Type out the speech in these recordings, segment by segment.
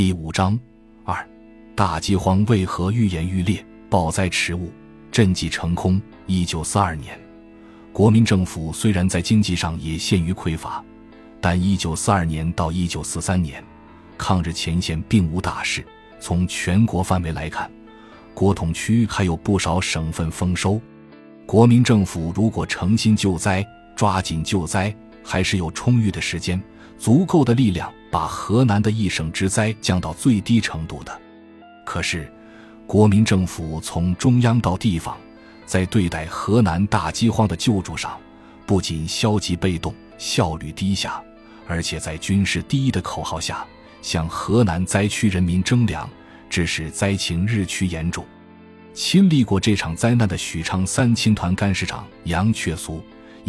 第5章2大饥荒为何愈演愈烈，暴灾迟误，赈济成空。1942年，国民政府虽然在经济上也陷于匮乏，但1942年到1943年，抗日前线并无大事。从全国范围来看，国统区还有不少省份丰收。国民政府如果诚心救灾，抓紧救灾，还是有充裕的时间，足够的力量把河南的一省之灾降到最低程度的。可是国民政府从中央到地方，在对待河南大饥荒的救助上，不仅消极被动，效率低下，而且在军事第一的口号下，向河南灾区人民征粮，致使灾情日趋严重。亲历过这场灾难的许昌三青团干事长杨确俗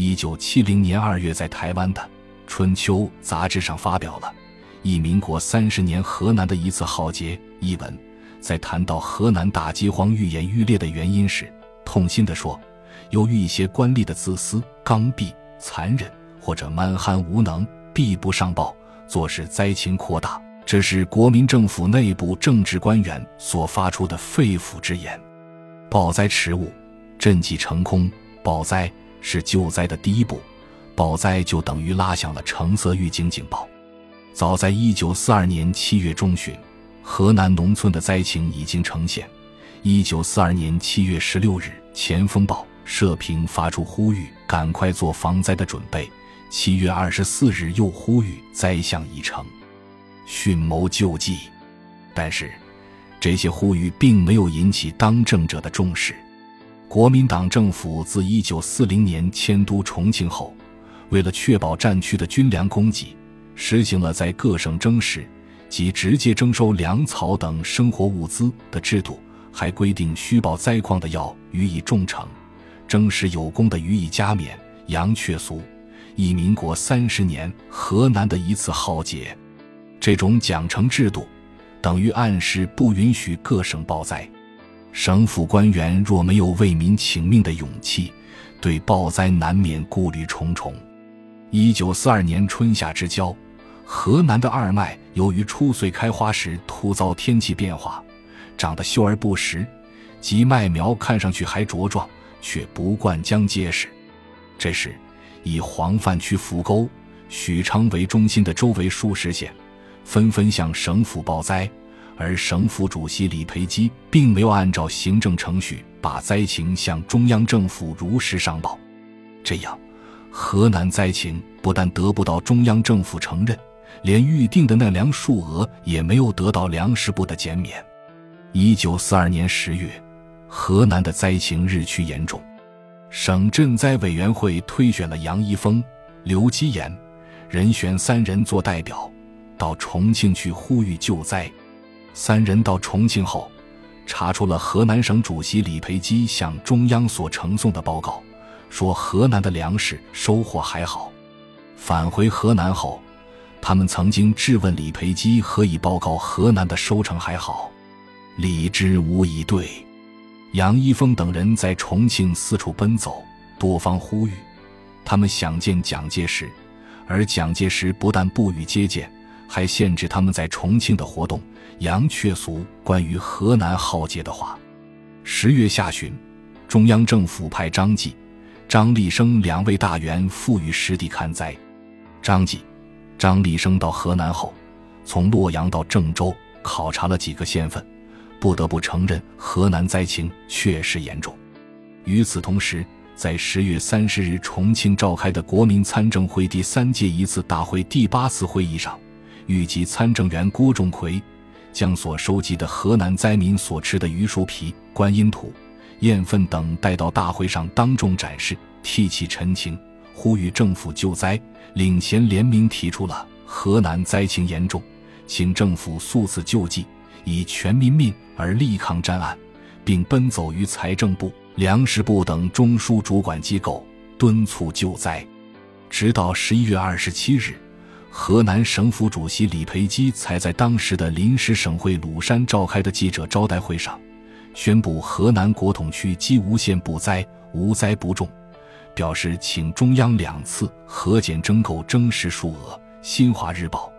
1970年2月在台湾的《春秋》杂志上发表了《忆民国30年河南的一次浩劫》一文，在谈到河南大饥荒愈演愈烈的原因时，痛心地说，由于一些官吏的自私、刚愎、残忍或者蛮憨无能，避不上报，坐使灾情扩大，这是国民政府内部政治官员所发出的肺腑之言。暴灾迟误，赈济成空。暴灾是救灾的第一步，暴灾就等于拉响了橙色预警警报。早在1942年7月中旬，河南农村的灾情已经呈现。1942年7月16日，《前锋报》社评发出呼吁赶快做防灾的准备。7月24日又呼吁灾象已成，迅谋救济。但是这些呼吁并没有引起当政者的重视。国民党政府自1940年迁都重庆后，为了确保战区的军粮供给，实行了在各省征实及直接征收粮草等生活物资的制度，还规定虚报灾况的要予以重惩，征实有功的予以加免。杨确俗忆民国30年河南的一次浩劫。这种奖惩制度等于暗示不允许各省报灾，省府官员若没有为民请命的勇气，对报灾难免顾虑重重。1942年春夏之交，河南的二麦由于初岁开花时突遭天气变化，长得秀而不实，即麦苗看上去还茁壮，却不灌浆结实。这时以黄泛区扶沟、许昌为中心的周围数十县纷纷向省府报灾，而省府主席李培基并没有按照行政程序把灾情向中央政府如实上报。这样，河南灾情不但得不到中央政府承认，连预定的纳粮数额也没有得到粮食部的减免。1942年10月，河南的灾情日趋严重，省赈灾委员会推选了杨一峰、刘基言人选3人做代表，到重庆去呼吁救灾。3人到重庆后，查出了河南省主席李培基向中央所呈送的报告，说河南的粮食收获还好。返回河南后，他们曾经质问李培基何以报告河南的收成还好，李之无以对。杨一峰等人在重庆四处奔走，多方呼吁，他们想见蒋介石，而蒋介石不但不予接见，还限制他们在重庆的活动。杨确俗关于河南浩劫的话。10月下旬，中央政府派张继、张立生2位大员赴于实地看灾。张继、张立生到河南后，从洛阳到郑州考察了几个县份，不得不承认河南灾情确实严重。与此同时，在10月30日重庆召开的国民参政会第3届一次大会第8次会议上，豫籍参政员郭仲奎将所收集的河南灾民所吃的榆树皮、观音土、燕粪等带到大会上当众展示，替其陈情，呼吁政府救灾。领衔联名提出了河南灾情严重，请政府速次救济，以全民命而力抗战案，并奔走于财政部、粮食部等中枢主管机构，敦促救灾。直到11月27日，河南省府主席李培基才在当时的临时省会鲁山召开的记者招待会上，宣布河南国统区鸡无县不灾，无灾不重，表示请中央2次核减征购征实数额。新华日报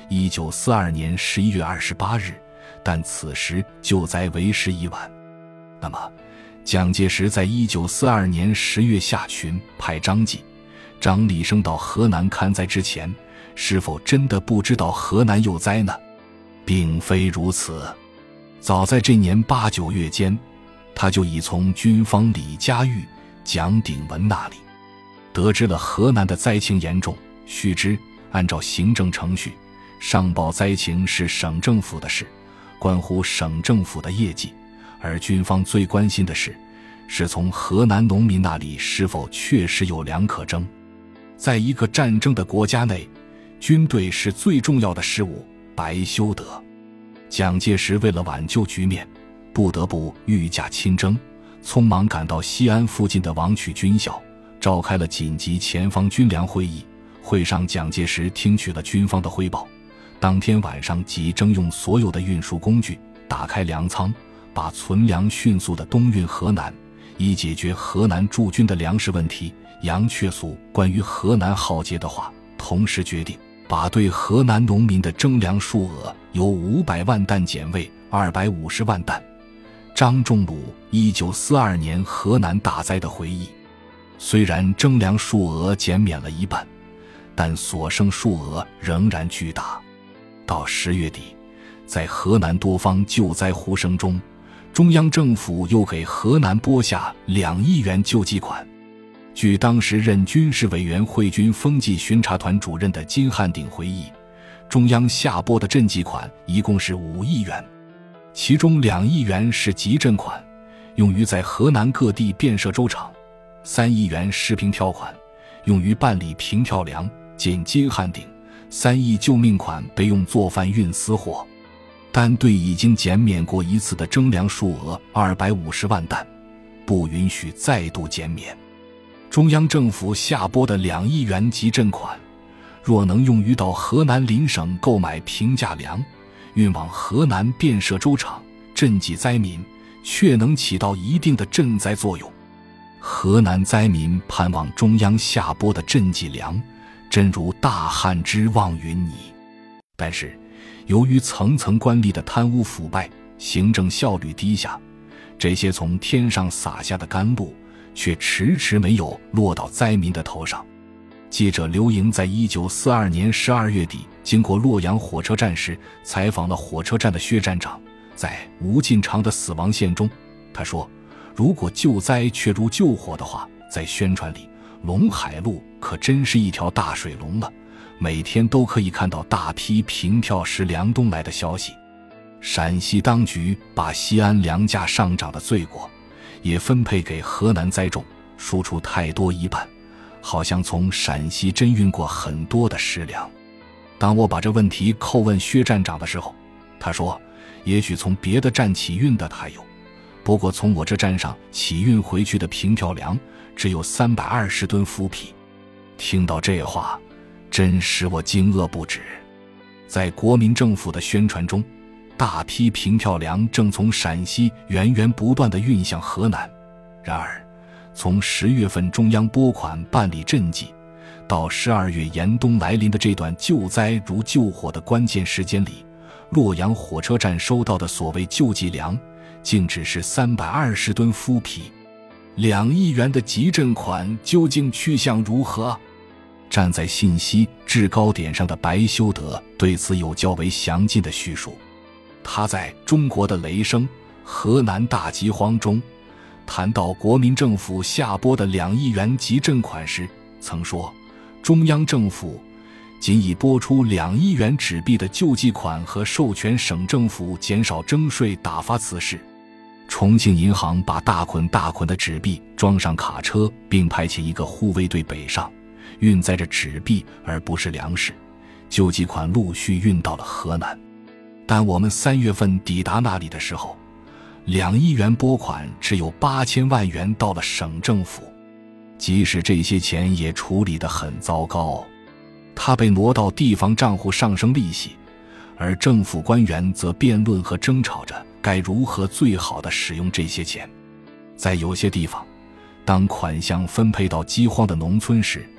1942年11月28日，但此时救灾为时已晚。那么蒋介石在1942年10月下旬派张继、张立生到河南看灾之前，是否真的不知道河南有灾呢？并非如此。早在这年8、9月间，他就已从军方李家玉、蒋鼎文那里得知了河南的灾情严重，须知按照行政程序，上报灾情是省政府的事，关乎省政府的业绩，而军方最关心的是从河南农民那里是否确实有粮可征。在一个战争的国家内，军队是最重要的事务，白修德。蒋介石为了挽救局面，不得不御驾亲征，匆忙赶到西安附近的王曲军校，召开了紧急前方军粮会议。会上，蒋介石听取了军方的汇报，当天晚上即征用所有的运输工具，打开粮仓，把存粮迅速地东运河南，以解决河南驻军的粮食问题。杨确素关于河南浩劫的话，同时决定把对河南农民的征粮数额由500万担减为250万担。张仲鲁1942年河南大灾的回忆，虽然征粮数额减免了一半，但所剩数额仍然巨大。到10月底，在河南多方救灾呼声中，中央政府又给河南拨下2亿元救济款。据当时任军事委员会军风纪巡查团主任的金汉鼎回忆，中央下拨的赈济款一共是5亿元，其中2亿元是急赈款，用于在河南各地变设粥厂；3亿元是凭条款，用于办理凭条粮。见金汉鼎，3亿救命款被用作贩运私货。但对已经减免过一次的征粮数额250万担，不允许再度减免。中央政府下拨的2亿元急赈款，若能用于到河南邻省购买平价粮，运往河南变设粥厂，赈济灾民，确能起到一定的赈灾作用。河南灾民盼望中央下拨的赈济粮，真如大旱之望云霓。但是由于层层官吏的贪污腐败，行政效率低下，这些从天上洒下的甘露却迟迟没有落到灾民的头上。记者刘莹在1942年12月底经过洛阳火车站时，采访了火车站的薛站长。在吴进长的死亡线中，他说，如果救灾却如救火的话，在宣传里，陇海路可真是一条大水龙了，每天都可以看到大批凭票食粮东来的消息。陕西当局把西安粮价上涨的罪过也分配给河南灾众，输出太多一半，好像从陕西真运过很多的食粮。当我把这问题叩问薛站长的时候，他说，也许从别的站起运的还有，不过从我这站上起运回去的凭票粮只有320吨麸皮。听到这话，真使我惊愕不止。在国民政府的宣传中，大批凭票粮正从陕西源源不断地运向河南。然而从10月份中央拨款办理赈济，到12月严冬来临的这段救灾如救火的关键时间里，洛阳火车站收到的所谓救济粮竟只是320吨麸皮。2亿元的急赈款究竟去向如何？站在信息制高点上的白修德对此有较为详尽的叙述。他在中国的雷声，河南大饥荒中谈到国民政府下拨的2亿元急赈款时，曾说，中央政府仅已拨出2亿元纸币的救济款和授权省政府减少征税打发此事。重庆银行把大捆大捆的纸币装上卡车，并派遣一个护卫队北上，运载着纸币而不是粮食。救济款陆续运到了河南。但我们3月份抵达那里的时候，2亿元拨款只有8000万元到了省政府。即使这些钱也处理得很糟糕，它被挪到地方账户上升利息，而政府官员则辩论和争吵着该如何最好地使用这些钱。在有些地方，当款项分配到饥荒的农村时，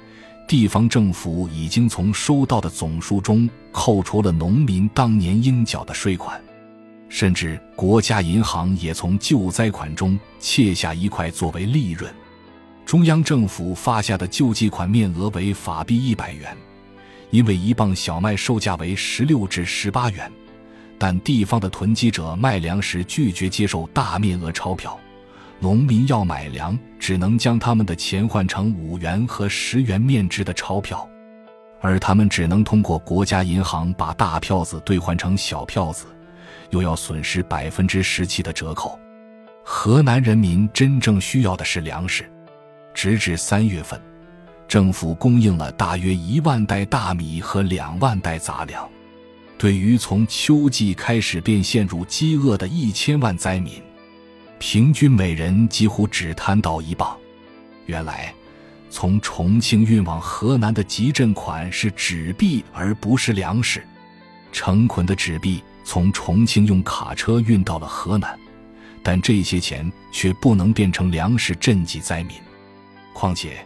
地方政府已经从收到的总数中扣除了农民当年应缴的税款，甚至国家银行也从救灾款中切下一块作为利润。中央政府发下的救济款面额为法币100元，因为1磅小麦售价为16至18元，但地方的囤积者卖粮时拒绝接受大面额钞票，农民要买粮只能将他们的钱换成5元和10元面值的钞票，而他们只能通过国家银行把大票子兑换成小票子，又要损失17%的折扣。河南人民真正需要的是粮食。直至3月份，政府供应了大约1万袋大米和2万袋杂粮。对于从秋季开始便陷入饥饿的1000万灾民，平均每人几乎只摊到1磅。原来，从重庆运往河南的急赈款是纸币而不是粮食。成捆的纸币从重庆用卡车运到了河南，但这些钱却不能变成粮食赈济灾民。况且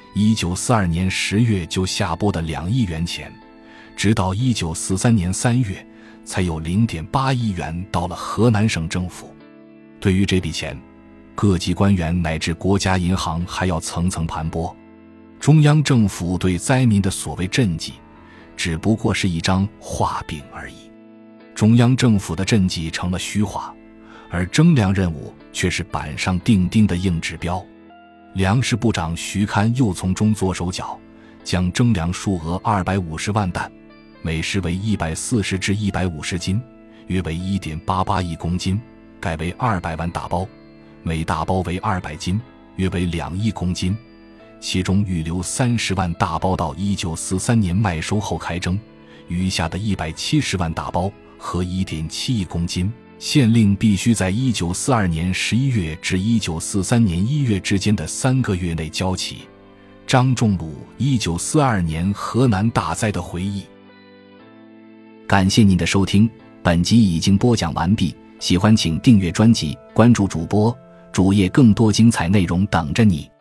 1942年10月就下拨的2亿元钱，直到1943年3月才有 0.8 亿元到了河南省政府。对于这笔钱，各级官员乃至国家银行还要层层盘剥。中央政府对灾民的所谓赈济，只不过是一张画饼而已。中央政府的赈济成了虚话，而征粮任务却是板上钉钉的硬指标。粮食部长徐堪又从中做手脚，将征粮数额250万担，每时为140至150斤，约为 1.88 亿公斤，改为200万大包，每大包为200斤，约为2亿公斤。其中预留30万大包到1943年麦收后开征，余下的170万大包和 1.7 亿公斤，县令必须在1942年11月至1943年1月之间的3个月内交齐。张仲鲁1942年河南大灾的回忆。感谢您的收听，本集已经播讲完毕，喜欢请订阅专辑，关注主播，主页更多精彩内容等着你。